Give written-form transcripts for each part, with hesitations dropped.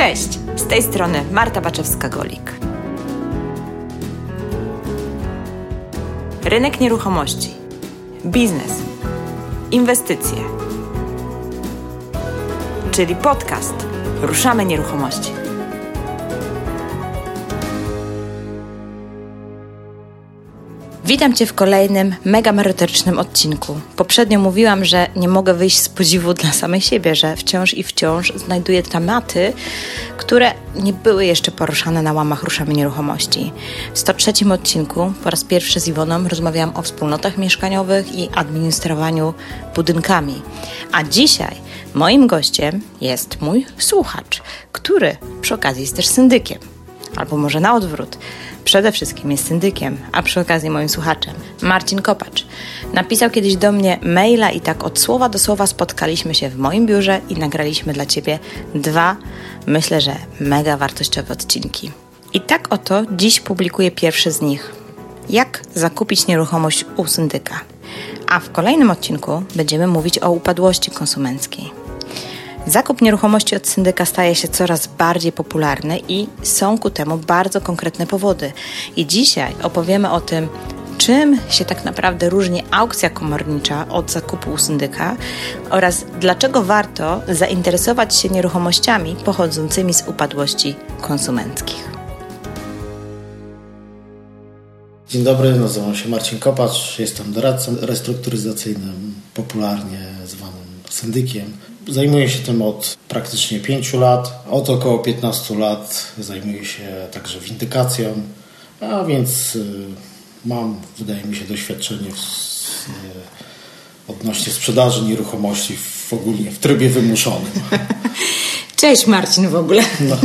Cześć, z tej strony Marta Baczewska-Golik. Rynek nieruchomości, biznes, inwestycje, czyli podcast Ruszamy Nieruchomości. Witam Cię w kolejnym mega merytorycznym odcinku. Poprzednio mówiłam, że nie mogę wyjść z podziwu dla samej siebie, że wciąż znajduję tematy, które nie były jeszcze poruszane na łamach Ruszamy Nieruchomości. W 103 odcinku po raz pierwszy z Iwoną rozmawiałam o wspólnotach mieszkaniowych i administrowaniu budynkami. A dzisiaj moim gościem jest mój słuchacz, który przy okazji jest też syndykiem. Albo może na odwrót. Przede wszystkim jest syndykiem, a przy okazji moim słuchaczem. Marcin Kopacz napisał kiedyś do mnie maila i tak od słowa do słowa spotkaliśmy się w moim biurze i nagraliśmy dla Ciebie 2, myślę, że mega wartościowe odcinki. I tak oto dziś publikuję pierwszy z nich. Jak zakupić nieruchomość u syndyka? A w kolejnym odcinku będziemy mówić o upadłości konsumenckiej. Zakup nieruchomości od syndyka staje się coraz bardziej popularny i są ku temu bardzo konkretne powody. I dzisiaj opowiemy o tym, czym się tak naprawdę różni aukcja komornicza od zakupu u syndyka oraz dlaczego warto zainteresować się nieruchomościami pochodzącymi z upadłości konsumenckich. Dzień dobry, nazywam się Marcin Kopacz, jestem doradcą restrukturyzacyjnym, popularnie zwanym syndykiem. Zajmuję się tym od praktycznie 5 lat, od około 15 lat zajmuję się także windykacją, a więc mam, wydaje mi się, doświadczenie odnośnie sprzedaży nieruchomości ogólnie w trybie wymuszonym. Cześć Marcin w ogóle. No.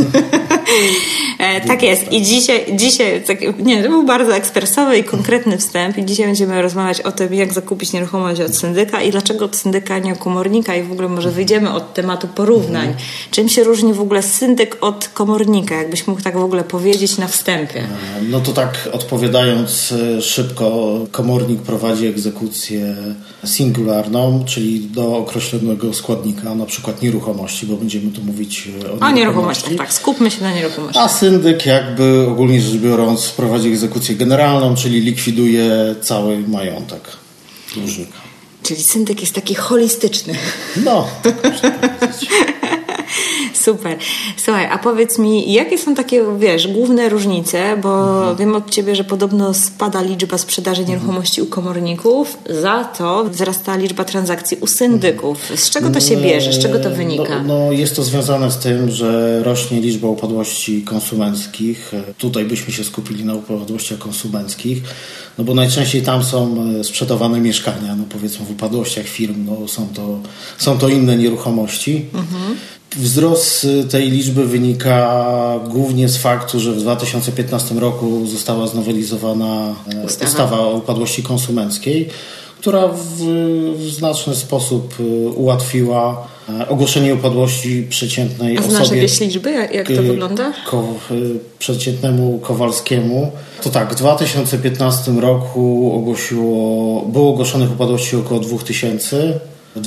Tak jest. I dzisiaj to był bardzo ekspresowy i konkretny wstęp i dzisiaj będziemy rozmawiać o tym, jak zakupić nieruchomość od syndyka i dlaczego od syndyka, a nie komornika i w ogóle może wyjdziemy od tematu porównań. Czym się różni w ogóle syndyk od komornika? Jakbyś mógł tak w ogóle powiedzieć na wstępie. No to tak odpowiadając szybko, komornik prowadzi egzekucję singularną, czyli do określonego składnika, na przykład nieruchomości, bo będziemy tu mówić o nieruchomościach. Tak, skupmy się na nieruchomościach. A syndyk jakby ogólnie rzecz biorąc prowadzi egzekucję generalną, czyli likwiduje cały majątek dłużnika. Czyli syndyk jest taki holistyczny. No, tak można powiedzieć. Super. Słuchaj, a powiedz mi, jakie są takie, główne różnice, bo wiem od Ciebie, że podobno spada liczba sprzedaży nieruchomości u komorników, za to wzrasta liczba transakcji u syndyków. Z czego to się bierze? Z czego to wynika? No, jest to związane z tym, że rośnie liczba upadłości konsumenckich. Tutaj byśmy się skupili na upadłościach konsumenckich, no bo najczęściej tam są sprzedawane mieszkania, no powiedzmy w upadłościach firm, no są to inne nieruchomości. Wzrost tej liczby wynika głównie z faktu, że w 2015 roku została znowelizowana ustawa o upadłości konsumenckiej, która w znaczny sposób ułatwiła ogłoszenie upadłości przeciętnej osobie. A znasz jakieś liczby? Jak to wygląda? Przeciętnemu Kowalskiemu. To tak, w 2015 roku było ogłoszonych upadłości około 2000. W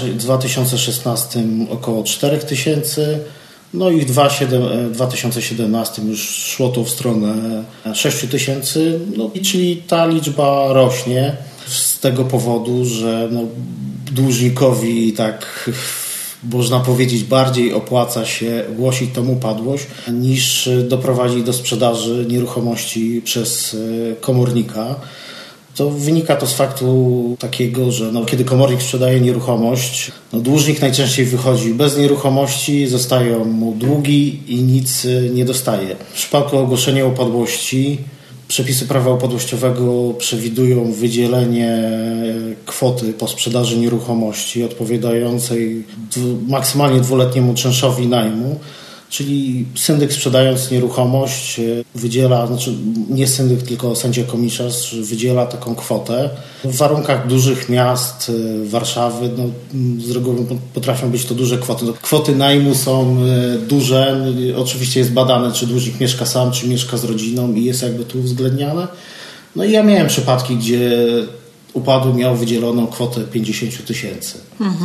2016 około 4000, no i w 2017 już szło to w stronę 6000, no i czyli ta liczba rośnie z tego powodu, że dłużnikowi tak można powiedzieć bardziej opłaca się ogłosić tą upadłość niż doprowadzić do sprzedaży nieruchomości przez komornika. To wynika to z faktu takiego, że kiedy komornik sprzedaje nieruchomość, dłużnik najczęściej wychodzi bez nieruchomości, zostają mu długi i nic nie dostaje. W przypadku ogłoszenia upadłości przepisy prawa upadłościowego przewidują wydzielenie kwoty po sprzedaży nieruchomości odpowiadającej maksymalnie 2-letniemu czynszowi najmu. Czyli syndyk sprzedając nieruchomość wydziela, nie syndyk, tylko sędzia komisarz wydziela taką kwotę. W warunkach dużych miast, Warszawy, z reguły potrafią być to duże kwoty. Kwoty najmu są duże, oczywiście jest badane, czy dłużnik mieszka sam, czy mieszka z rodziną i jest jakby tu uwzględniane. No i ja miałem przypadki, gdzie upadły miał wydzieloną kwotę 50 000.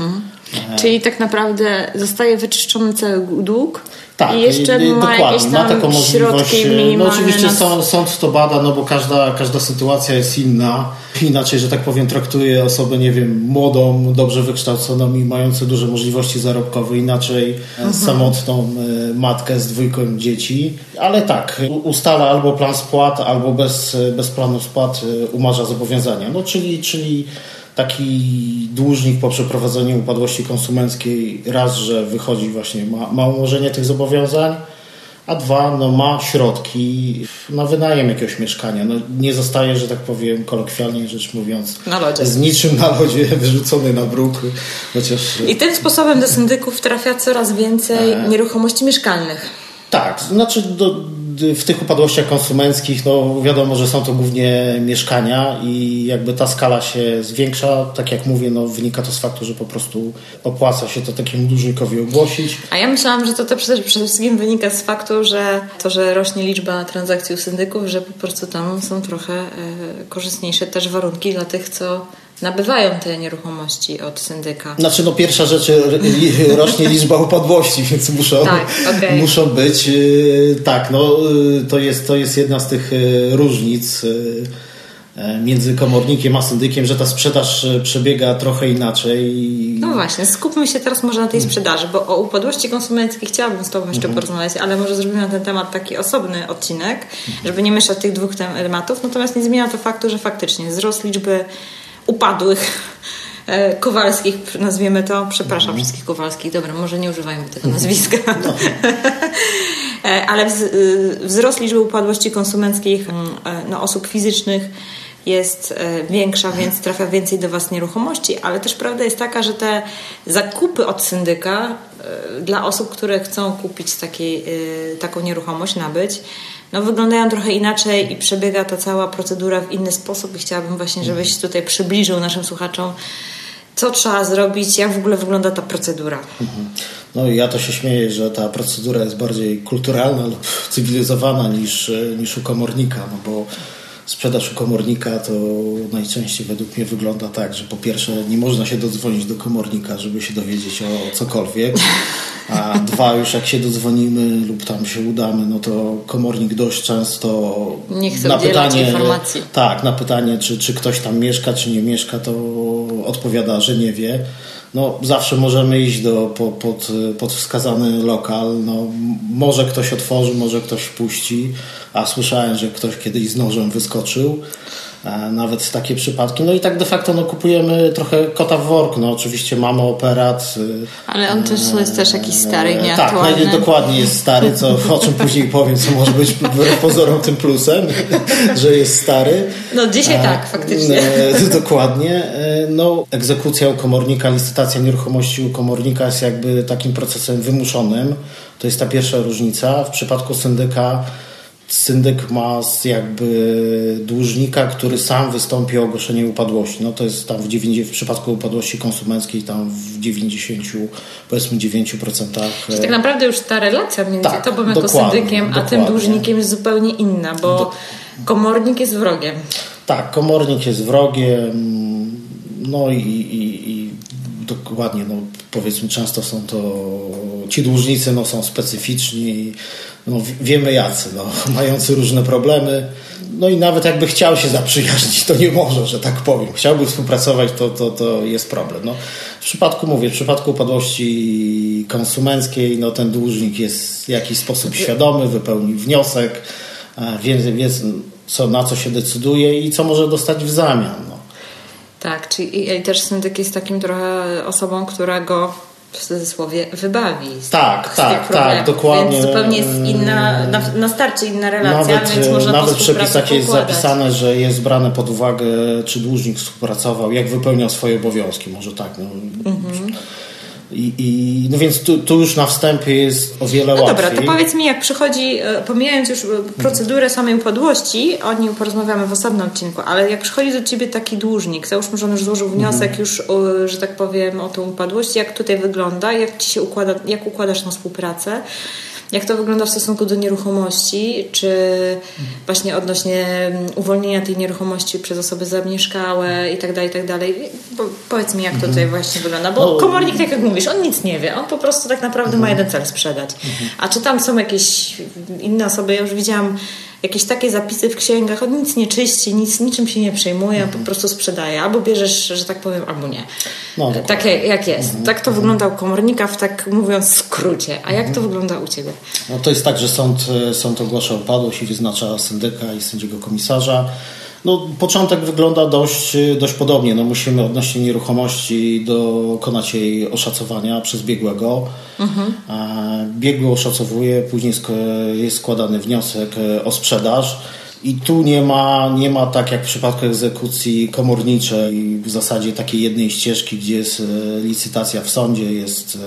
Czyli tak naprawdę zostaje wyczyszczony cały dług. Tak, i jeszcze ma jakieś tam ma taką środki minimalne. No oczywiście sąd to bada, no bo każda sytuacja jest inna. Inaczej, że tak powiem, traktuje osobę, nie wiem, młodą, dobrze wykształconą i mającą duże możliwości zarobkowe. Inaczej samotną matkę z 2 dzieci. Ale tak, ustala albo plan spłat, albo bez planu spłat umarza zobowiązania. No czyli taki dłużnik po przeprowadzeniu upadłości konsumenckiej raz, że wychodzi właśnie, ma umorzenie tych zobowiązań, a 2, no ma środki na wynajem jakiegoś mieszkania. No nie zostaje, że tak powiem, kolokwialnie rzecz mówiąc, na lodzie. Z niczym na lodzie, wyrzucony na bruk. Chociaż... I tym sposobem do syndyków trafia coraz więcej nieruchomości mieszkalnych. Tak, znaczy w tych upadłościach konsumenckich, no wiadomo, że są to głównie mieszkania i jakby ta skala się zwiększa. Tak jak mówię, no wynika to z faktu, że po prostu opłaca się to takiemu dłużnikowi ogłosić. A ja myślałam, że to przede wszystkim wynika z faktu, że rośnie liczba transakcji u syndyków, że po prostu tam są trochę korzystniejsze też warunki dla tych, co nabywają te nieruchomości od syndyka. Znaczy, no pierwsza rzecz, rośnie liczba upadłości, więc muszą być. Tak, no to jest jedna z tych różnic między komornikiem a syndykiem, że ta sprzedaż przebiega trochę inaczej. No właśnie, skupmy się teraz może na tej sprzedaży, bo o upadłości konsumenckiej chciałabym z Tobą jeszcze porozmawiać, ale może zrobimy na ten temat taki osobny odcinek, żeby nie mieszać tych 2 tematów. Natomiast nie zmienia to faktu, że faktycznie wzrost liczby upadłych Kowalskich, nazwiemy to, przepraszam wszystkich Kowalskich, dobra, może nie używajmy tego nazwiska, ale wzrost liczby upadłości konsumenckich osób fizycznych jest większa, więc trafia więcej do Was nieruchomości, ale też prawda jest taka, że te zakupy od syndyka dla osób, które chcą kupić taką nieruchomość, nabyć, no wyglądają trochę inaczej i przebiega ta cała procedura w inny sposób i chciałabym właśnie, żebyś tutaj przybliżył naszym słuchaczom, co trzeba zrobić, jak w ogóle wygląda ta procedura. No i ja to się śmieję, że ta procedura jest bardziej kulturalna lub cywilizowana niż u komornika, no bo sprzedaż u komornika to najczęściej według mnie wygląda tak, że po pierwsze nie można się dodzwonić do komornika, żeby się dowiedzieć o cokolwiek, a 2, już jak się dodzwonimy lub tam się udamy, no to komornik dość często nie chce udzielać informacji. Tak, na pytanie, czy ktoś tam mieszka, czy nie mieszka, to odpowiada, że nie wie. No, zawsze możemy iść pod wskazany lokal. No, może ktoś otworzy, może ktoś wpuści, a słyszałem, że ktoś kiedyś z nożem wyskoczył. Nawet takie przypadki. No i tak de facto kupujemy trochę kota w worku. No oczywiście mamy operat. Ale on też jest też jakiś stary, nieaktualny. Tak, dokładnie jest stary, o czym później powiem, co może być wbrew pozorom tym plusem, że jest stary. No dzisiaj tak, faktycznie. Dokładnie. No, egzekucja u komornika, licytacja nieruchomości u komornika jest jakby takim procesem wymuszonym. To jest ta pierwsza różnica. W przypadku syndyk ma jakby dłużnika, który sam wystąpi o ogłoszenie upadłości. No to jest tam w przypadku upadłości konsumenckiej tam w 9%. Czyli tak naprawdę już ta relacja między tobą jako syndykiem a tym dłużnikiem jest zupełnie inna, bo komornik jest wrogiem. Tak, komornik jest wrogiem. No i dokładnie, no powiedzmy często są to ci dłużnicy są specyficzni, no wiemy jacy, mający różne problemy, no i nawet jakby chciał się zaprzyjaźnić, to nie może, że tak powiem. Chciałby współpracować, to jest problem. No, w przypadku upadłości konsumenckiej, no ten dłużnik jest w jakiś sposób świadomy, wypełni wniosek, wie na co się decyduje i co może dostać w zamian. No. Tak, czyli też syndyk jest takim trochę osobą, która go w cudzysłowie wybawi z tak, dokładnie. Więc zupełnie jest inna, na starcie inna relacja, więc można nawet w przepisach jest zapisane, że jest brane pod uwagę, czy dłużnik współpracował, jak wypełniał swoje obowiązki, może tak. No więc tu już na wstępie jest o wiele łatwiej. Dobra, to powiedz mi, jak przychodzi, pomijając już procedurę samej upadłości, o nim porozmawiamy w osobnym odcinku, ale jak przychodzi do ciebie taki dłużnik, załóżmy, że on już złożył wniosek już, że tak powiem, o tą upadłość, jak tutaj wygląda, jak ci się układa, jak układasz tą współpracę? Jak to wygląda w stosunku do nieruchomości? Czy właśnie odnośnie uwolnienia tej nieruchomości przez osoby zamieszkałe i tak dalej. Powiedz mi, jak to tutaj właśnie wygląda. Bo komornik, tak jak mówisz, on nic nie wie. On po prostu tak naprawdę ma jeden cel: sprzedać. A czy tam są jakieś inne osoby? Ja już widziałam jakieś takie zapisy w księgach, on nic nie czyści, niczym się nie przejmuje, po prostu sprzedaje. Albo bierzesz, że tak powiem, albo nie. Tak jak jest. Tak to wygląda u komornika, tak mówiąc w skrócie. A jak to wygląda u ciebie? No to jest tak, że sąd ogłasza upadłość i wyznacza syndyka i sędziego komisarza. No, początek wygląda dość podobnie. No, musimy odnośnie nieruchomości dokonać jej oszacowania przez biegłego. Biegły oszacowuje, później jest składany wniosek o sprzedaż. I tu nie ma tak jak w przypadku egzekucji komorniczej w zasadzie takiej jednej ścieżki, gdzie jest licytacja w sądzie, jest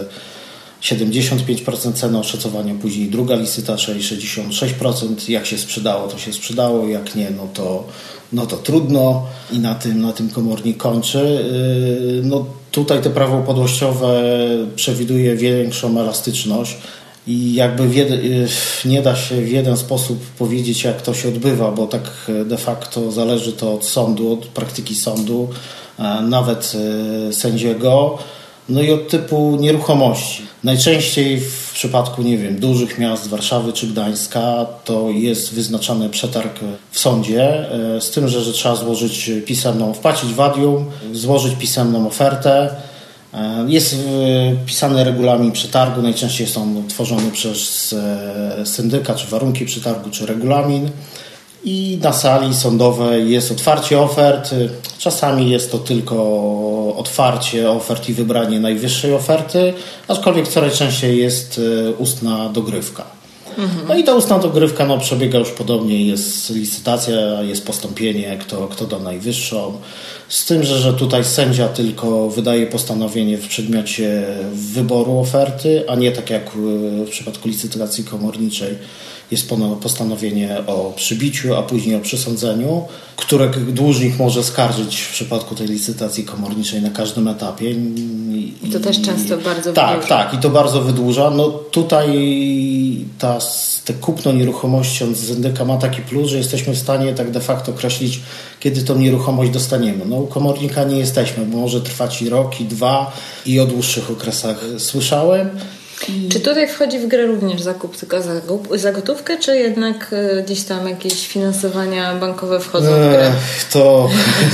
75% ceny oszacowania, później druga licytacja i 66%. Jak się sprzedało, to się sprzedało, jak nie, no to trudno i na tym komornik kończy. No tutaj te prawo upadłościowe przewiduje większą elastyczność i jakby nie da się w jeden sposób powiedzieć, jak to się odbywa, bo tak de facto zależy to od sądu, od praktyki sądu, nawet sędziego. No i od typu nieruchomości. Najczęściej w przypadku, dużych miast, Warszawy czy Gdańska, to jest wyznaczany przetarg w sądzie, z tym, że trzeba złożyć wpłacić wadium, złożyć pisemną ofertę. Jest pisany regulamin przetargu, najczęściej jest on tworzony przez syndyka, czy warunki przetargu, czy regulamin. I na sali sądowej jest otwarcie ofert. Czasami jest to tylko otwarcie ofert i wybranie najwyższej oferty, aczkolwiek coraz częściej jest ustna dogrywka. No i ta ustna dogrywka przebiega już podobnie. Jest licytacja, jest postąpienie, kto da najwyższą. Z tym, że tutaj sędzia tylko wydaje postanowienie w przedmiocie wyboru oferty, a nie tak jak w przypadku licytacji komorniczej jest postanowienie o przybiciu, a później o przysądzeniu, które dłużnik może skarżyć w przypadku tej licytacji komorniczej na każdym etapie. I to też często bardzo wydłuża. Tak, i to bardzo wydłuża. No tutaj te kupno nieruchomości od syndyka ma taki plus, że jesteśmy w stanie tak de facto określić, kiedy tą nieruchomość dostaniemy. No u komornika nie jesteśmy, bo może trwać i rok, i 2, i o dłuższych okresach słyszałem. Czy tutaj wchodzi w grę również zakup tylko za gotówkę, czy jednak gdzieś tam jakieś finansowania bankowe wchodzą w grę? To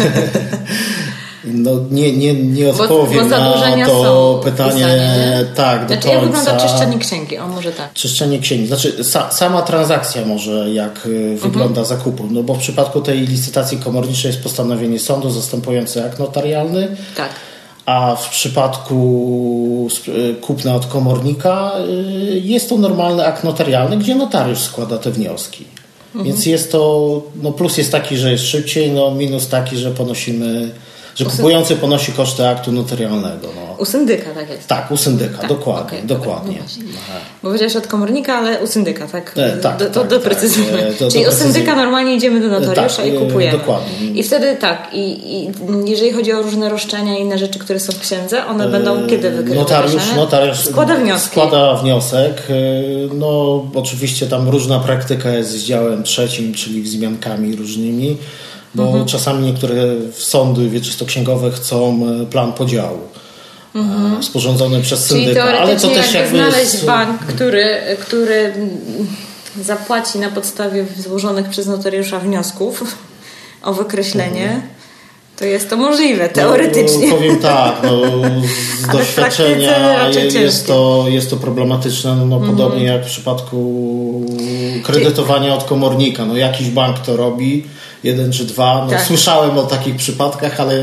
nie odpowiem na to pytanie pisanie, tak do końca. Jak wygląda czyszczenie księgi? O, może tak. Czyszczenie księgi. Znaczy sama transakcja może jak wygląda zakupu. No bo w przypadku tej licytacji komorniczej jest postanowienie sądu zastępujące akt notarialny. Tak. A w przypadku kupna od komornika jest to normalny akt notarialny, gdzie notariusz składa te wnioski. Więc jest to, plus jest taki, że jest szybciej, minus taki, że kupujący ponosi koszty aktu notarialnego. U syndyka tak jest? Tak, u syndyka, tak, dokładnie. Okay, dokładnie. Bo powiedziałeś od komornika, ale u syndyka, tak? To doprecyzujmy. Czyli u syndyka normalnie idziemy do notariusza i kupujemy. Dokładnie. I wtedy tak, i jeżeli chodzi o różne roszczenia i inne rzeczy, które są w księdze, one będą kiedy wykrywane? Notariusz składa wniosek. Oczywiście tam różna praktyka jest z działem trzecim, czyli wzmiankami różnymi. Bo czasami niektóre sądy wieczystoksięgowe chcą plan podziału sporządzony przez syndyka. Ale to też jakby znaleźć bank, który zapłaci na podstawie złożonych przez notariusza wniosków o wykreślenie. To jest to możliwe, teoretycznie. Powiem tak, z doświadczenia jest to problematyczne, podobnie jak w przypadku kredytowania od komornika. Jakiś bank to robi, 1 czy 2. Słyszałem o takich przypadkach, ale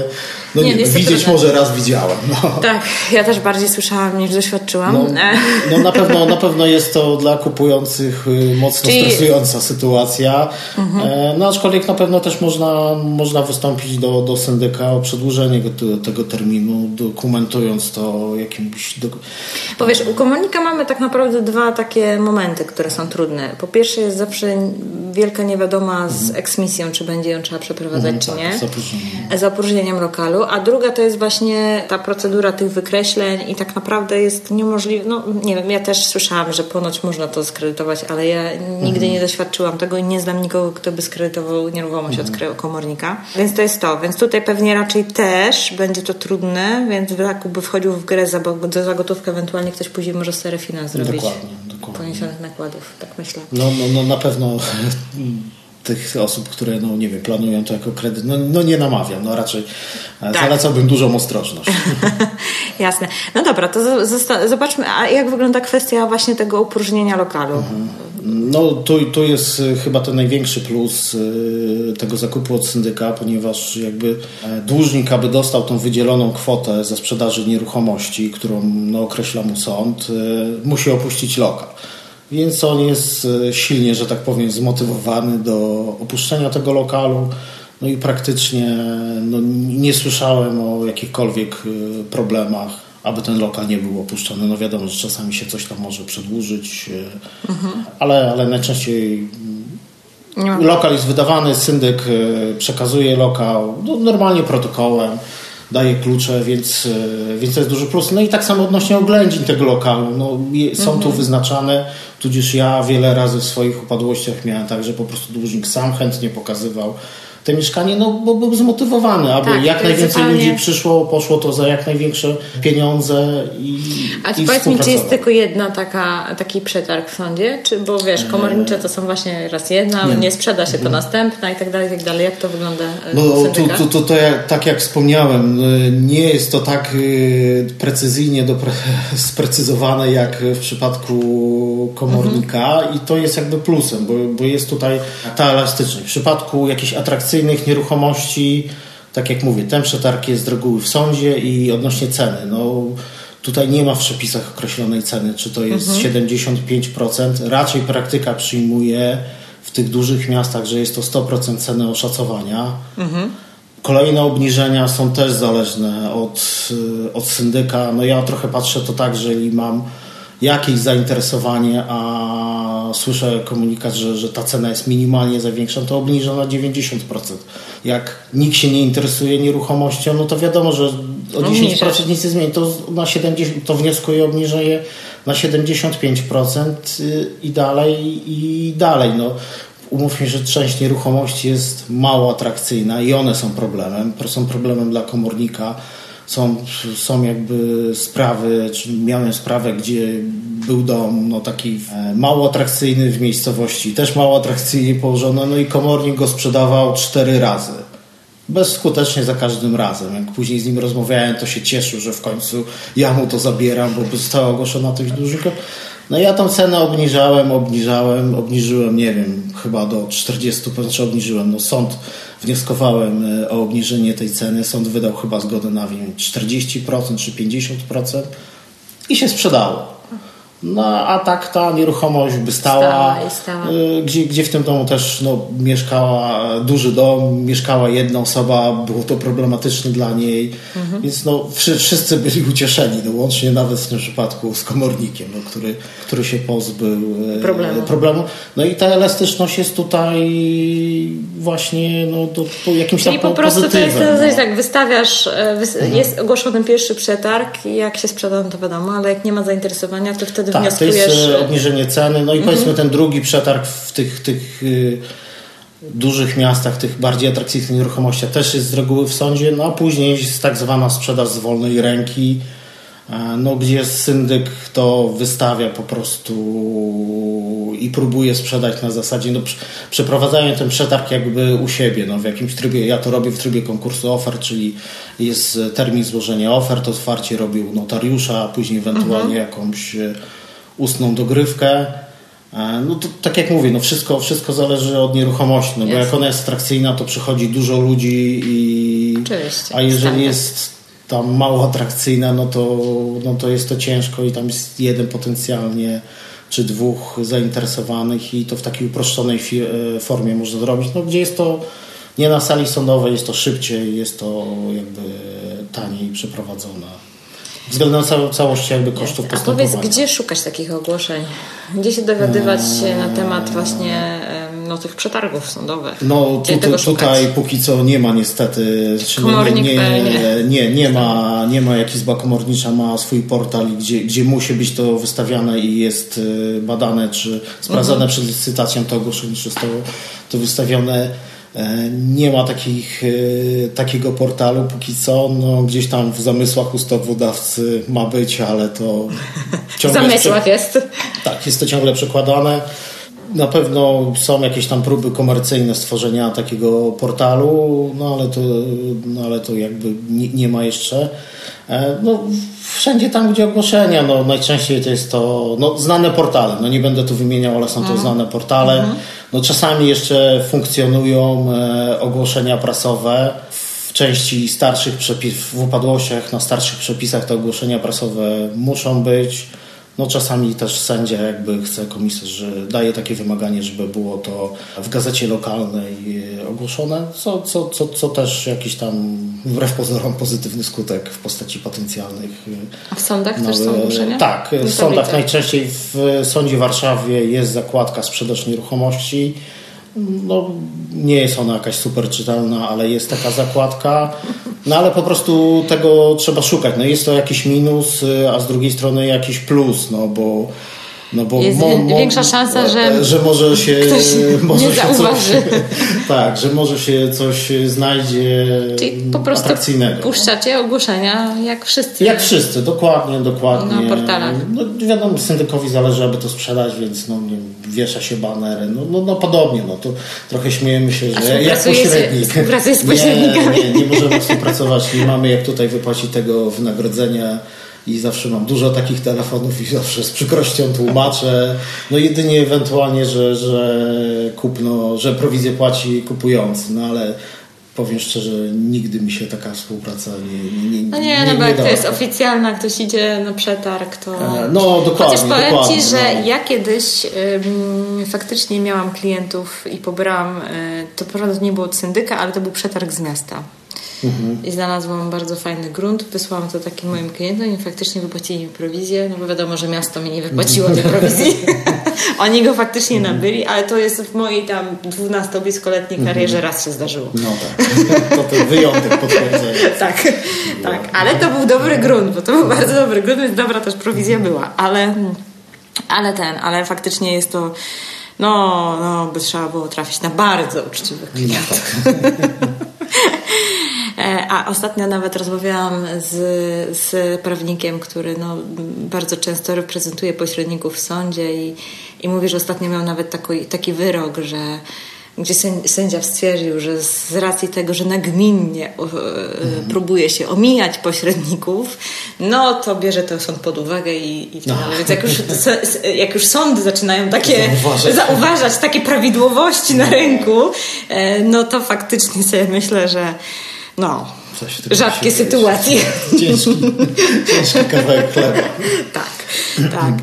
No nie widzieć może raz widziałem. No. Tak, ja też bardziej słyszałam niż doświadczyłam. No na pewno jest to dla kupujących mocno stresująca sytuacja. No aczkolwiek na pewno też można wystąpić do syndyka o przedłużenie tego terminu, dokumentując to jakimś... Bo wiesz, u komornika mamy tak naprawdę dwa takie momenty, które są trudne. Po pierwsze jest zawsze wielka niewiadoma z eksmisją, czy będzie ją trzeba przeprowadzać, czy nie. Z opróżnieniem lokalu. A druga to jest właśnie ta procedura tych wykreśleń i tak naprawdę jest niemożliwe. No nie wiem, ja też słyszałam, że ponoć można to skredytować, ale ja nigdy nie doświadczyłam tego i nie znam nikogo, kto by skredytował nieruchomość od komornika. Więc to jest to. Więc tutaj pewnie raczej też będzie to trudne, więc jakby wchodził w grę za gotówkę, ewentualnie ktoś później może sobie refinans zrobić. Dokładnie. Poniesionych nakładów, tak myślę. No na pewno tych osób, które nie wiem, planują to jako kredyt, nie namawiam, raczej zalecałbym dużą ostrożność. Jasne. No dobra, to zobaczmy, a jak wygląda kwestia właśnie tego opróżnienia lokalu? No tu jest chyba ten największy plus tego zakupu od syndyka, ponieważ jakby dłużnik, aby dostał tą wydzieloną kwotę ze sprzedaży nieruchomości, którą określa mu sąd, musi opuścić lokal. Więc on jest silnie, że tak powiem, zmotywowany do opuszczenia tego lokalu. No i praktycznie nie słyszałem o jakichkolwiek problemach, aby ten lokal nie był opuszczony. No wiadomo, że czasami się coś tam może przedłużyć, ale najczęściej lokal jest wydawany, syndyk przekazuje lokal normalnie protokołem, daje klucze, więc to jest duży plus. No i tak samo odnośnie oględzin tego lokalu. Są tu wyznaczane, tudzież ja wiele razy w swoich upadłościach miałem tak, że po prostu dłużnik sam chętnie pokazywał te mieszkanie, bo był zmotywowany, aby jak najwięcej ludzi przyszło, poszło to za jak największe pieniądze A powiedz mi, czy jest tylko jedna taki przetarg w sądzie? Bo wiesz, komornicze to są właśnie raz jedna, nie sprzeda się to następna i tak dalej, i tak dalej. Jak to wygląda to tak jak wspomniałem, nie jest to tak precyzyjnie sprecyzowane jak w przypadku komornika i to jest jakby plusem, bo jest tutaj ta elastyczność. W przypadku jakichś atrakcyjnych nieruchomości, tak jak mówię, ten przetarg jest z reguły w sądzie i odnośnie ceny. Tutaj nie ma w przepisach określonej ceny, czy to jest 75%. Raczej praktyka przyjmuje w tych dużych miastach, że jest to 100% ceny oszacowania. Kolejne obniżenia są też zależne od syndyka. Ja trochę patrzę to tak, że jeżeli mam jakieś zainteresowanie, a słyszę komunikat, że ta cena jest minimalnie zawiększona, to obniża na 90%. Jak nikt się nie interesuje nieruchomością, to wiadomo, że o 10% nic nie zmieni. To na 70%, to wnioskuje obniżenie na 75% i dalej. Umówmy się, że część nieruchomości jest mało atrakcyjna i one są problemem. Są problemem dla komornika. Są jakby sprawy, czy miałem sprawę, gdzie był dom taki mało atrakcyjny w miejscowości, też mało atrakcyjnie położony, i komornik go sprzedawał 4 razy. Bezskutecznie za każdym razem. Jak później z nim rozmawiałem, to się cieszył, że w końcu ja mu to zabieram, bo została ogłoszona coś dużego. Ja tą cenę obniżyłem, nie wiem, chyba do 40%, obniżyłem. Sąd wnioskowałem o obniżenie tej ceny, sąd wydał chyba zgodę na 40% czy 50% i się sprzedało. A tak ta nieruchomość by stała. Gdzie w tym domu też mieszkała, duży dom, mieszkała jedna osoba, było to problematyczne dla niej, więc wszyscy byli ucieszeni, łącznie nawet w tym przypadku z komornikiem, który się pozbył problemu. I ta elastyczność jest tutaj właśnie to jakimś tam pozytywem. Czyli po prostu to jest tak, wystawiasz, jest ogłoszony pierwszy przetarg i jak się sprzeda, to wiadomo, ale jak nie ma zainteresowania, to wtedy wnioskujesz... to jest obniżenie ceny. I powiedzmy ten drugi przetarg w tych dużych miastach, tych bardziej atrakcyjnych nieruchomościach też jest z reguły w sądzie, a później jest tak zwana sprzedaż z wolnej ręki, gdzie syndyk to wystawia po prostu i próbuje sprzedać na zasadzie, przeprowadzają ten przetarg jakby u siebie, w jakimś trybie. Ja to robię w trybie konkursu ofert, czyli jest termin złożenia ofert, otwarcie robił notariusza, a później ewentualnie jakąś ustną dogrywkę. To tak jak mówię, wszystko zależy od nieruchomości, bo jak ona jest atrakcyjna, to przychodzi dużo ludzi i Oczywiście. A jeżeli jest tam mało atrakcyjna, no to jest to ciężko i tam jest jeden potencjalnie czy dwóch zainteresowanych i to w takiej uproszczonej formie można zrobić. No, gdzie jest to nie na sali sądowej, jest to szybciej, jest to jakby taniej przeprowadzone. Względem całości jakby kosztów postępowania. A powiedz, gdzie szukać takich ogłoszeń? Gdzie się dowiadywać na temat właśnie tych przetargów sądowych? No tutaj póki co nie ma niestety. Komornik nie ma, jak Izba Komornicza ma swój portal, gdzie musi być to wystawiane i jest badane, czy sprawdzane przed licytacją to ogłoszenie, czy zostało to wystawione. Nie ma takiego portalu póki co. No, gdzieś tam w zamysłach ustawodawcy ma być, ale to ciągle... W zamysłach jest. Tak, jest to ciągle przekładane. Na pewno są jakieś tam próby komercyjne stworzenia takiego portalu, ale to jakby nie ma jeszcze. No, wszędzie tam, gdzie ogłoszenia, no najczęściej to jest to znane portale. No nie będę tu wymieniał, ale są to znane portale. No czasami jeszcze funkcjonują ogłoszenia prasowe. W części starszych przepisów, w upadłościach na starszych przepisach te ogłoszenia prasowe muszą być. No czasami też sędzia jakby chce, komisarz daje takie wymaganie, żeby było to w gazecie lokalnej ogłoszone, co też jakiś tam wbrew pozorom pozytywny skutek w postaci potencjalnych. A w sądach też są ogłoszenia? Tak, w sądach najczęściej w Sądzie w Warszawie jest zakładka sprzedaż nieruchomości. No, nie jest ona jakaś super czytelna, ale jest taka zakładka. No ale po prostu tego trzeba szukać. No jest to jakiś minus, a z drugiej strony jakiś plus, bo jest większa szansa, że może się nie zauważy. Tak, że może się coś znajdzie. Czyli po prostu atrakcyjnego. Puszczacie ogłoszenia jak wszyscy. Jak wszyscy, dokładnie. Na portalach. No, wiadomo, syndykowi zależy, aby to sprzedać, więc wiesza się banery. No podobnie, to trochę śmiejemy się, że jak pośrednik. Współpracuje z pośrednikami. Nie możemy współpracować, nie mamy jak tutaj wypłacić tego wynagrodzenia. I zawsze mam dużo takich telefonów i zawsze z przykrością tłumaczę. No jedynie ewentualnie, że prowizję płaci kupujący, no ale powiem szczerze, nigdy mi się taka współpraca nie bo jak to jest oficjalna, ktoś idzie na przetarg, to... No dokładnie. Chociaż powiem Ci, że ja kiedyś faktycznie miałam klientów i pobrałam, to prawda nie było od syndyka, ale to był przetarg z miasta. I znalazłam bardzo fajny grunt, wysłałam to takim moim klientom i faktycznie wypłacili mi prowizję, no bo wiadomo, że miasto mi nie wypłaciło tej prowizji. Oni go faktycznie nabyli, ale to jest w mojej tam 12-letniej karierze raz się zdarzyło. No tak, to ten wyjątek potwierdzenia. Tak, ale to był dobry grunt, bo to był bardzo dobry grunt, więc dobra też prowizja była, ale faktycznie jest to by trzeba było trafić na bardzo uczciwych klientów. A ostatnio nawet rozmawiałam z prawnikiem, który bardzo często reprezentuje pośredników w sądzie i mówi, że ostatnio miał nawet taki wyrok, gdzie sędzia stwierdził, że z racji tego, że nagminnie próbuje się omijać pośredników, to bierze to sąd pod uwagę i więc jak już sądy zaczynają zauważać takie prawidłowości na rynku, to faktycznie sobie myślę, że rzadkie sytuacje. Ciężki kawałek chleba. Tak.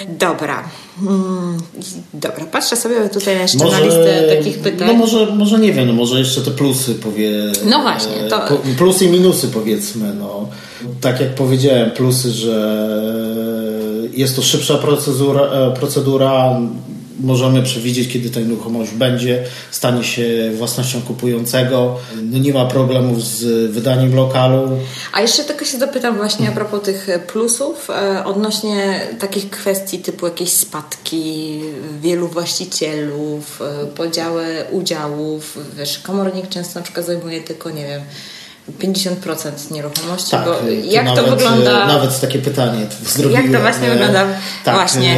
Dobra, patrzę sobie tutaj jeszcze na listę takich pytań. Może nie wiem, może jeszcze te plusy No właśnie. Plusy i minusy powiedzmy. Tak jak powiedziałem, plusy, że jest to szybsza procedura. Możemy przewidzieć, kiedy ta nieruchomość stanie się własnością kupującego. Nie ma problemów z wydaniem lokalu. A jeszcze tylko się dopytam właśnie a propos tych plusów odnośnie takich kwestii typu jakieś spadki, wielu właścicielów, podziały udziałów. Wiesz, komornik często na przykład zajmuje tylko, 50% nieruchomości, tak, bo jak to wygląda? Nawet takie pytanie zrobiłem. Jak to właśnie wygląda? Tak, właśnie.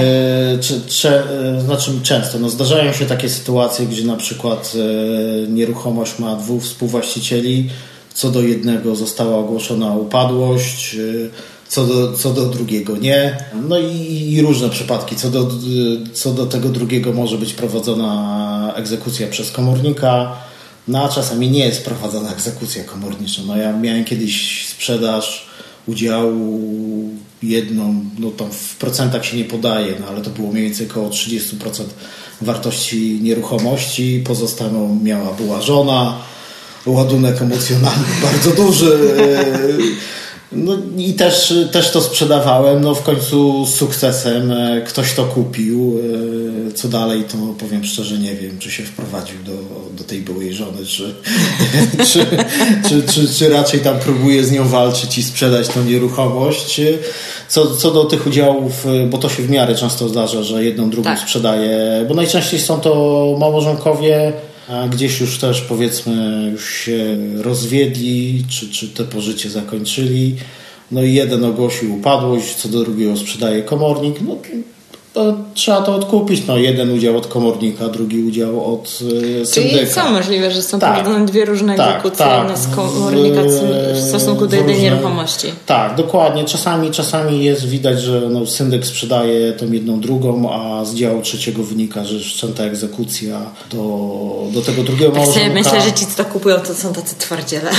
Często. Zdarzają się takie sytuacje, gdzie na przykład nieruchomość ma 2 współwłaścicieli, co do jednego została ogłoszona upadłość, co do drugiego nie. No i różne przypadki. Co do tego drugiego może być prowadzona egzekucja przez komornika. no a czasami nie jest prowadzona egzekucja komornicza. No ja miałem kiedyś sprzedaż udziału jedną, no tam w procentach się nie podaje, no ale to było mniej więcej około 30% wartości nieruchomości, pozostałą była żona, ładunek emocjonalny bardzo duży. No i też to sprzedawałem, no w końcu z sukcesem. Ktoś to kupił. Co dalej, to powiem szczerze, nie wiem, czy się wprowadził do tej byłej żony, czy raczej tam próbuje z nią walczyć i sprzedać tą nieruchomość. Co do tych udziałów, bo to się w miarę często zdarza, że jedną, drugą sprzedaje, bo najczęściej są to małżonkowie, a gdzieś już też powiedzmy już się rozwiedli, czy te pożycie zakończyli. No i jeden ogłosił upadłość, co do drugiego sprzedaje komornik. No to trzeba to odkupić. No jeden udział od komornika, drugi udział od syndyka. Czyli są możliwe, że są prowadzone dwie różne egzekucje z komornika w stosunku do jednej nieruchomości. Tak, dokładnie. Czasami jest widać, że syndyk sprzedaje tą jedną drugą, a z działu trzeciego wynika, że wszczęta egzekucja do tego drugiego małżonka. Myślę, że ci, co to kupują, to są tacy twardziele.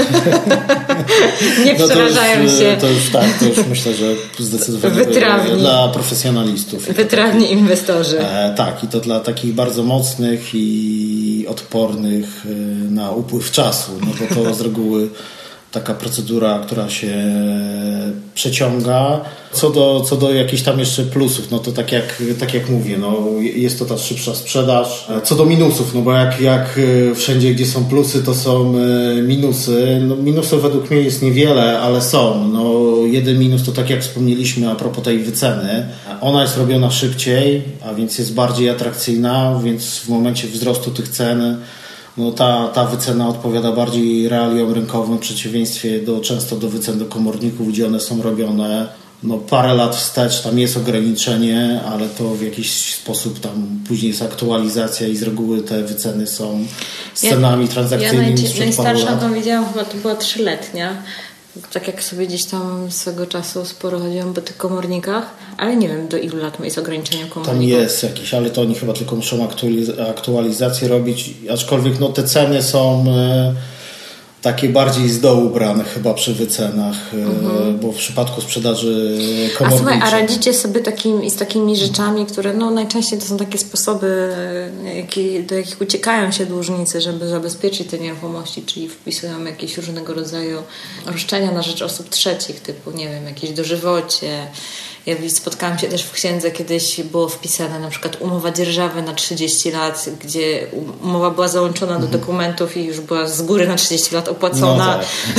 Nie przerażają się. To już myślę, że zdecydowanie dla profesjonalistów. Wytrawni inwestorzy. Tak, i to dla takich bardzo mocnych i odpornych na upływ czasu, no bo to z reguły taka procedura, która się przeciąga. Co do jakichś tam jeszcze plusów, no to tak jak mówię, no jest to ta szybsza sprzedaż. Co do minusów, no bo jak wszędzie, gdzie są plusy, to są minusy. No minusów według mnie jest niewiele, ale są. No jeden minus to tak jak wspomnieliśmy a propos tej wyceny. Ona jest robiona szybciej, a więc jest bardziej atrakcyjna, więc w momencie wzrostu tych cen no ta wycena odpowiada bardziej realiom rynkowym w przeciwieństwie często do wycen do komorników, gdzie one są robione parę lat wstecz, tam jest ograniczenie, ale to w jakiś sposób tam później jest aktualizacja i z reguły te wyceny są z cenami transakcyjnymi sprzed paru lat. Najstarsza tą widziałam, chyba to była 3-letnia. Tak jak sobie gdzieś tam swego czasu sporo chodziłam po tych komornikach, ale nie wiem do ilu lat jest ograniczenie komorników. Tam jest jakieś, ale to oni chyba tylko muszą aktualizację robić, aczkolwiek te ceny są takie bardziej z dołu brane chyba przy wycenach, bo w przypadku sprzedaży komorniczej. A radzicie sobie z takimi rzeczami, które najczęściej to są takie sposoby, do jakich uciekają się dłużnicy, żeby zabezpieczyć te nieruchomości, czyli wpisują jakieś różnego rodzaju roszczenia na rzecz osób trzecich, typu nie wiem, jakieś dożywocie. Ja spotkałam się też w księdze, kiedyś było wpisane na przykład umowa dzierżawy na 30 lat, gdzie umowa była załączona do dokumentów i już była z góry na 30 lat opłacona.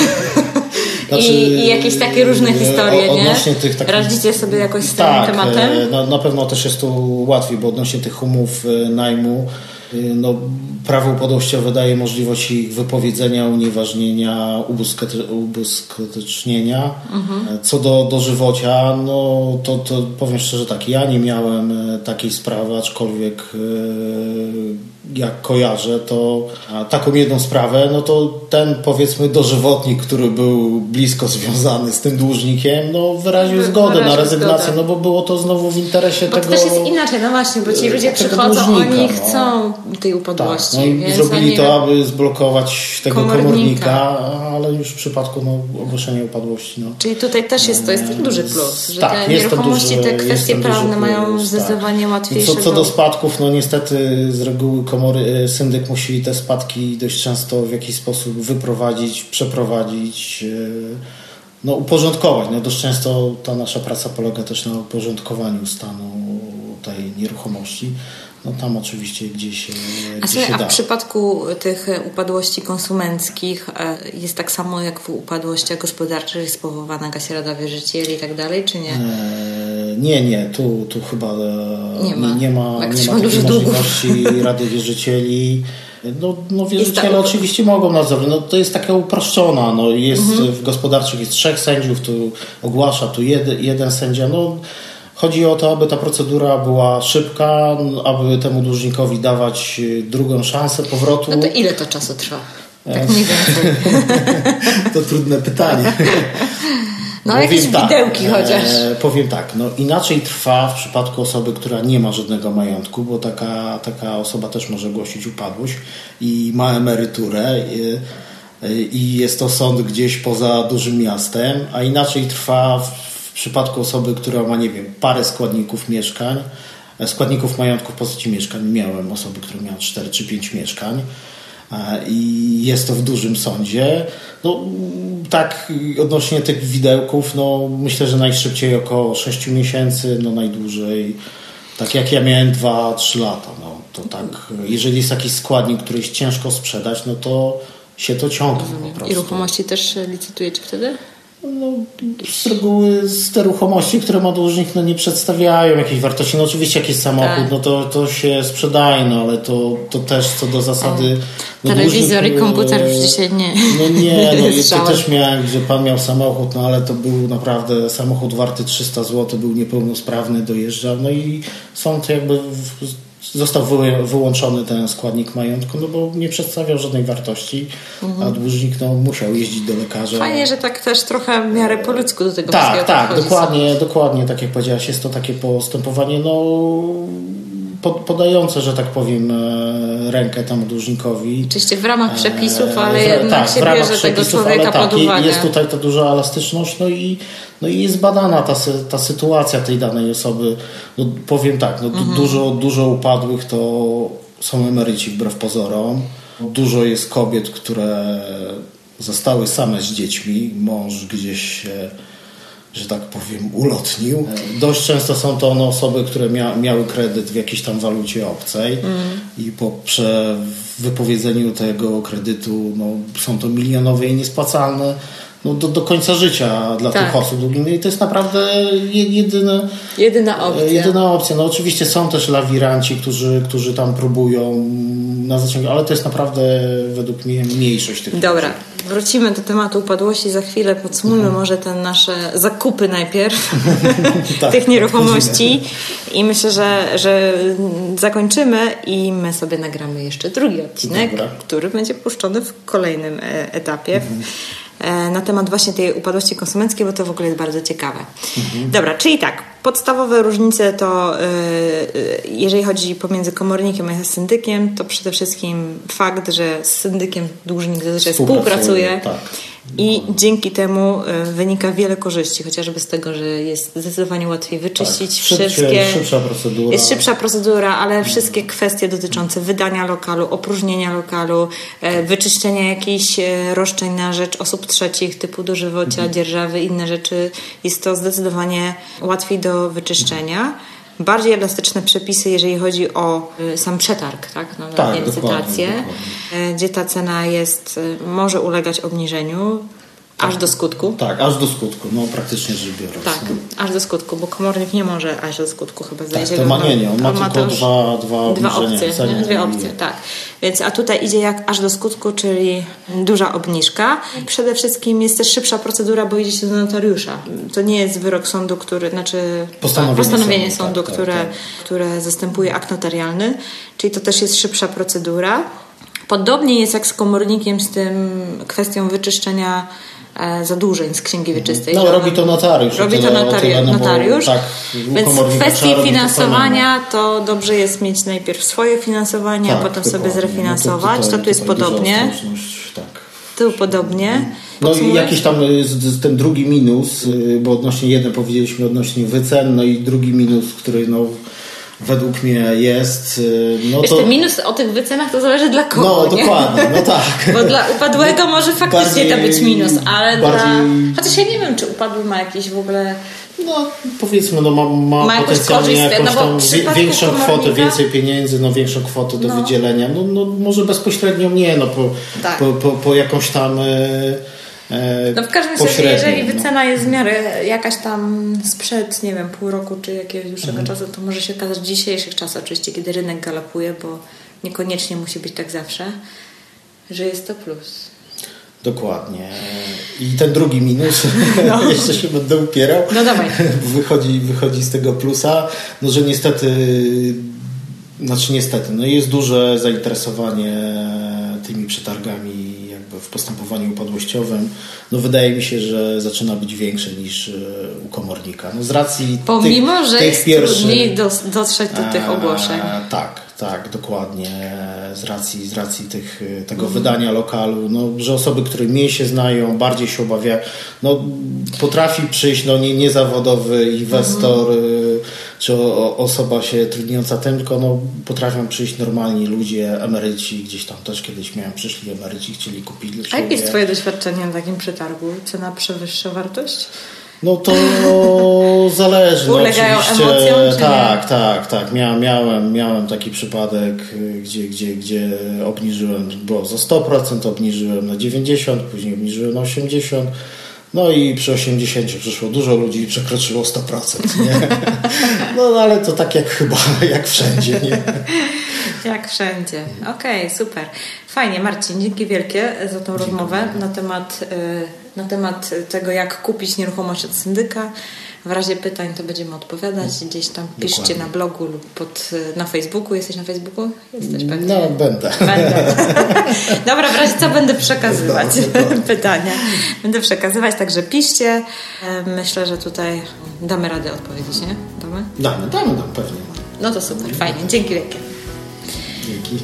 I jakieś takie różne historie, nie? Radzicie sobie jakoś z tym tematem? Na pewno też jest to łatwiej, bo odnośnie tych umów najmu prawo upadłościowe daje możliwość ich wypowiedzenia, unieważnienia, ubuskutecznienia. Co do dożywocia, to powiem szczerze tak, ja nie miałem takiej sprawy, aczkolwiek jak kojarzę, to taką jedną sprawę, to ten powiedzmy dożywotnik, który był blisko związany z tym dłużnikiem, wyraził zgodę na rezygnację, bo było to znowu w interesie tego. To też jest inaczej, właśnie, bo ci ludzie przychodzą, oni chcą tej upadłości. I zrobili to, aby zblokować tego komornika, ale już w przypadku ogłoszenia upadłości. Czyli tutaj też jest to jest duży plus, że te nieruchomości, te kwestie prawne mają zdecydowanie łatwiejsze. Co do spadków, niestety z reguły syndyk musi te spadki dość często w jakiś sposób wyprowadzić, przeprowadzić, uporządkować. Dość często ta nasza praca polega też na uporządkowaniu stanu tej nieruchomości. Tam oczywiście gdzie się da. A w przypadku tych upadłości konsumenckich jest tak samo jak w upadłościach gospodarczych, jest powoływana jakaś rada wierzycieli i tak dalej, czy nie? Nie. Tu chyba nie ma takiej możliwości rady wierzycieli. Wierzyciele oczywiście mogą nadzorować. To jest taka uproszczona. Jest w gospodarczych jest 3 sędziów, tu ogłasza, tu jeden sędzia. Chodzi o to, aby ta procedura była szybka, aby temu dłużnikowi dawać drugą szansę powrotu. To ile to czasu trwa? Tak mniej więcej. To trudne pytanie. No jakieś widełki chociaż. Powiem tak, no inaczej trwa w przypadku osoby, która nie ma żadnego majątku, bo taka osoba też może głosić upadłość i ma emeryturę i jest to sąd gdzieś poza dużym miastem, a inaczej trwa w przypadku osoby, która ma, nie wiem, parę składników majątku w postaci mieszkań. Miałem osoby, które miały 4 czy 5 mieszkań i jest to w dużym sądzie. No tak, odnośnie tych widełków, no myślę, że najszybciej około 6 miesięcy, no najdłużej. Tak jak ja miałem 2-3 lata, no to tak, jeżeli jest jakiś składnik, który jest ciężko sprzedać, no to się to ciągnie po prostu. I ruchomości też licytujecie wtedy? No, z reguły te ruchomości, które ma dłużnik, no nie przedstawiają jakiejś wartości. No oczywiście jakiś samochód, no to się sprzedaje, no ale to też co do zasady... No, telewizor i komputer już dzisiaj nie. No nie, no to też miałem, że pan miał samochód, no ale to był naprawdę samochód warty 300 zł, był niepełnosprawny, dojeżdżał, no i sąd jakby został wyłączony ten składnik majątku, no bo nie przedstawiał żadnej wartości, a dłużnik musiał jeździć do lekarza. Fajnie, że tak też trochę w miarę po ludzku do tego wszystkiego dokładnie, tak jak powiedziałaś, jest to takie postępowanie podające, że tak powiem, rękę temu dłużnikowi. Oczywiście w ramach przepisów, ale jednak się bierze tego człowieka pod uwagę. Jest tutaj ta duża elastyczność, no i jest badana ta sytuacja tej danej osoby. No, powiem tak, dużo upadłych to są emeryci wbrew pozorom. Dużo jest kobiet, które zostały same z dziećmi. Mąż gdzieś się, że tak powiem, ulotnił. Dość często są to osoby, które miały kredyt w jakiejś tam walucie obcej i po wypowiedzeniu tego kredytu są to milionowe i niespłacalne do końca życia dla tych osób. I to jest naprawdę jedyna opcja. No oczywiście są też lawiranci, którzy tam próbują na zaciągnięcie, ale to jest naprawdę według mnie mniejszość tych Dobra. Osób. Wrócimy do tematu upadłości za chwilę, podsumujmy może te nasze zakupy najpierw tych nieruchomości i myślę, że zakończymy i my sobie nagramy jeszcze drugi odcinek, który będzie puszczony w kolejnym etapie na temat właśnie tej upadłości konsumenckiej, bo to w ogóle jest bardzo ciekawe. Dobra, czyli tak, podstawowe różnice to jeżeli chodzi pomiędzy komornikiem a syndykiem, to przede wszystkim fakt, że z syndykiem dłużnik zazwyczaj współpracuje i dzięki temu wynika wiele korzyści, chociażby z tego, że jest zdecydowanie łatwiej wyczyścić wszystkie... Jest szybsza procedura, ale wszystkie kwestie dotyczące wydania lokalu, opróżnienia lokalu, wyczyszczenia jakichś roszczeń na rzecz osób trzecich typu dożywocia, dzierżawy, inne rzeczy, jest to zdecydowanie łatwiej do wyczyszczenia. Bardziej elastyczne przepisy, jeżeli chodzi o sam przetarg, na licytację, gdzie ta cena może ulegać obniżeniu aż do skutku. Tak, aż do skutku, praktycznie rzecz biorąc. Tak, aż do skutku, bo komornik nie może aż do skutku chyba zajść. On ma tylko dwie opcje, tak. Więc a tutaj idzie aż do skutku, czyli duża obniżka. Przede wszystkim jest też szybsza procedura, bo idzie się do notariusza. To nie jest wyrok sądu, postanowienie sądu, które zastępuje akt notarialny, czyli to też jest szybsza procedura. Podobnie jest jak z komornikiem z tym kwestią wyczyszczenia zadłużeń z księgi wieczystej. Robi to notariusz. Notariusz. Więc w kwestii finansowania to dobrze jest mieć najpierw swoje finansowanie, a potem sobie zrefinansować. To tu jest podobnie. Tu podobnie. I jakiś tam ten drugi minus, bo jeden powiedzieliśmy odnośnie wycen, i drugi minus, który według mnie jest... ten minus o tych wycenach to zależy dla kogo, dokładnie, tak. Bo dla upadłego może faktycznie to być minus, ale chociaż ja nie wiem, czy upadły ma jakieś w ogóle... Powiedzmy, ma potencjalnie jakąś tam większą kwotę, więcej pieniędzy, większą kwotę do wydzielenia. Może bezpośrednio nie, po jakąś tam... w każdym razie, jeżeli wycena jest w miarę jakaś tam sprzed, nie wiem, pół roku czy jakiegoś dłuższego czasu, to może się okazać w dzisiejszych czasach, oczywiście, kiedy rynek galopuje, bo niekoniecznie musi być tak zawsze, że jest to plus. Dokładnie. I ten drugi minus, jeszcze się będę upierał, dawaj. Wychodzi z tego plusa, że niestety, jest duże zainteresowanie tymi przetargami w postępowaniu upadłościowym, no wydaje mi się, że zaczyna być większe niż u komornika. No z racji pomimo, że tych jest pierwszych, trudniej dotrzeć do tych ogłoszeń. Tak, dokładnie. Z racji tego wydania lokalu, no, że osoby, które mniej się znają, bardziej się obawiają, no, potrafi przyjść niezawodowy inwestor czy osoba się trudniąca tym, tylko potrafią przyjść normalni ludzie, emeryci, gdzieś tam też kiedyś przyszli emeryci, chcieli kupić dla siebie. A jakie jest Twoje doświadczenie na takim przetargu? Cena przewyższa wartość? No to zależy. Ulegają emocjom? Tak. Miałem taki przypadek, gdzie obniżyłem, było za 100%, obniżyłem na 90%, później obniżyłem na 80%. No i przy 80 przyszło dużo ludzi i przekroczyło 100%. Nie? No ale to tak jak wszędzie. Nie? Jak wszędzie. Okej, super. Fajnie, Marcin, dzięki wielkie za tą rozmowę na temat tego, jak kupić nieruchomość od syndyka. W razie pytań to będziemy odpowiadać. Gdzieś tam piszcie na blogu lub na Facebooku. Jesteś na Facebooku? Jesteś pewnie? No, będę. Dobra, w razie co będę przekazywać pytania. Będę przekazywać, także piszcie. Myślę, że tutaj damy radę odpowiedzieć, nie? Damy, pewnie. No to super, fajnie. Dzięki wielkie. Dzięki.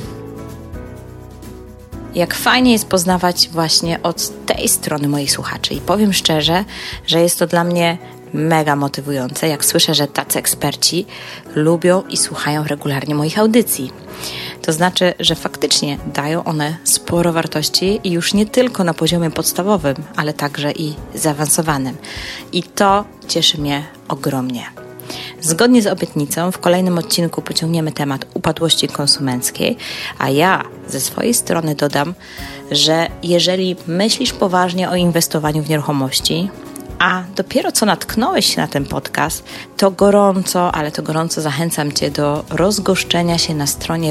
Jak fajnie jest poznawać właśnie od tej strony moich słuchaczy. I powiem szczerze, że jest to dla mnie mega motywujące, jak słyszę, że tacy eksperci lubią i słuchają regularnie moich audycji. To znaczy, że faktycznie dają one sporo wartości i już nie tylko na poziomie podstawowym, ale także i zaawansowanym. I to cieszy mnie ogromnie. Zgodnie z obietnicą w kolejnym odcinku pociągniemy temat upadłości konsumenckiej, a ja ze swojej strony dodam, że jeżeli myślisz poważnie o inwestowaniu w nieruchomości, a dopiero co natknąłeś się na ten podcast, to gorąco zachęcam Cię do rozgoszczenia się na stronie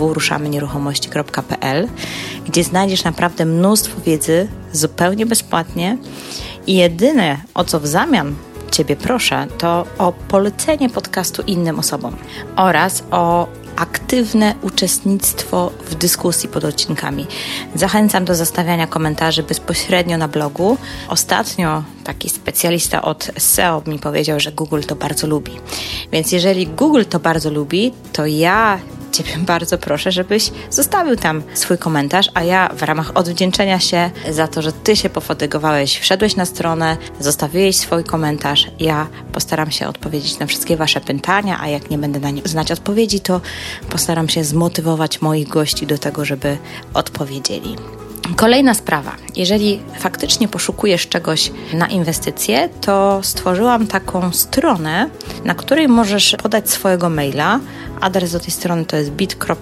www.ruszamynieruchomości.pl, gdzie znajdziesz naprawdę mnóstwo wiedzy zupełnie bezpłatnie i jedyne, o co w zamian Ciebie proszę, to o polecenie podcastu innym osobom oraz o aktywne uczestnictwo w dyskusji pod odcinkami. Zachęcam do zostawiania komentarzy bezpośrednio na blogu. Ostatnio taki specjalista od SEO mi powiedział, że Google to bardzo lubi. Więc jeżeli Google to bardzo lubi, to ja Ciebie bardzo proszę, żebyś zostawił tam swój komentarz, a ja w ramach odwdzięczenia się za to, że Ty się pofotygowałeś, wszedłeś na stronę, zostawiłeś swój komentarz, ja postaram się odpowiedzieć na wszystkie Wasze pytania, a jak nie będę na nie znać odpowiedzi, to postaram się zmotywować moich gości do tego, żeby odpowiedzieli. Kolejna sprawa. Jeżeli faktycznie poszukujesz czegoś na inwestycje, to stworzyłam taką stronę, na której możesz podać swojego maila. Adres do tej strony to jest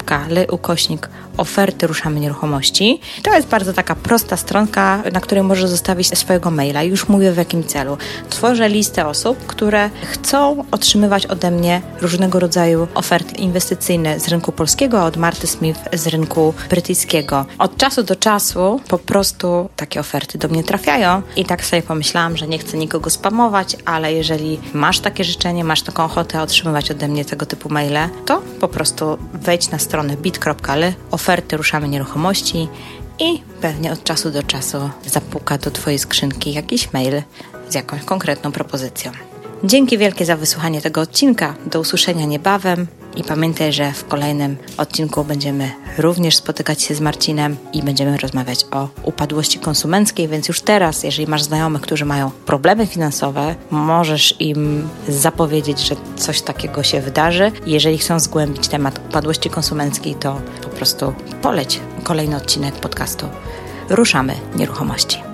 bit.ly/oferty ruszamy nieruchomości. To jest bardzo taka prosta stronka, na której możesz zostawić swojego maila. Już mówię w jakim celu. Tworzę listę osób, które chcą otrzymywać ode mnie różnego rodzaju oferty inwestycyjne z rynku polskiego, a od Marty Smith z rynku brytyjskiego. Od czasu do czasu po prostu takie oferty do mnie trafiają i tak sobie pomyślałam, że nie chcę nikogo spamować, ale jeżeli masz takie życzenie, masz taką ochotę otrzymywać ode mnie tego typu maile, to po prostu wejdź na stronę bit.ly/oferty ruszamy nieruchomości i pewnie od czasu do czasu zapuka do Twojej skrzynki jakiś mail z jakąś konkretną propozycją. Dzięki wielkie za wysłuchanie tego odcinka. Do usłyszenia niebawem i pamiętaj, że w kolejnym odcinku będziemy również spotykać się z Marcinem i będziemy rozmawiać o upadłości konsumenckiej, więc już teraz, jeżeli masz znajomych, którzy mają problemy finansowe, możesz im zapowiedzieć, że coś takiego się wydarzy. Jeżeli chcą zgłębić temat upadłości konsumenckiej, to po prostu poleć kolejny odcinek podcastu Ruszamy Nieruchomości.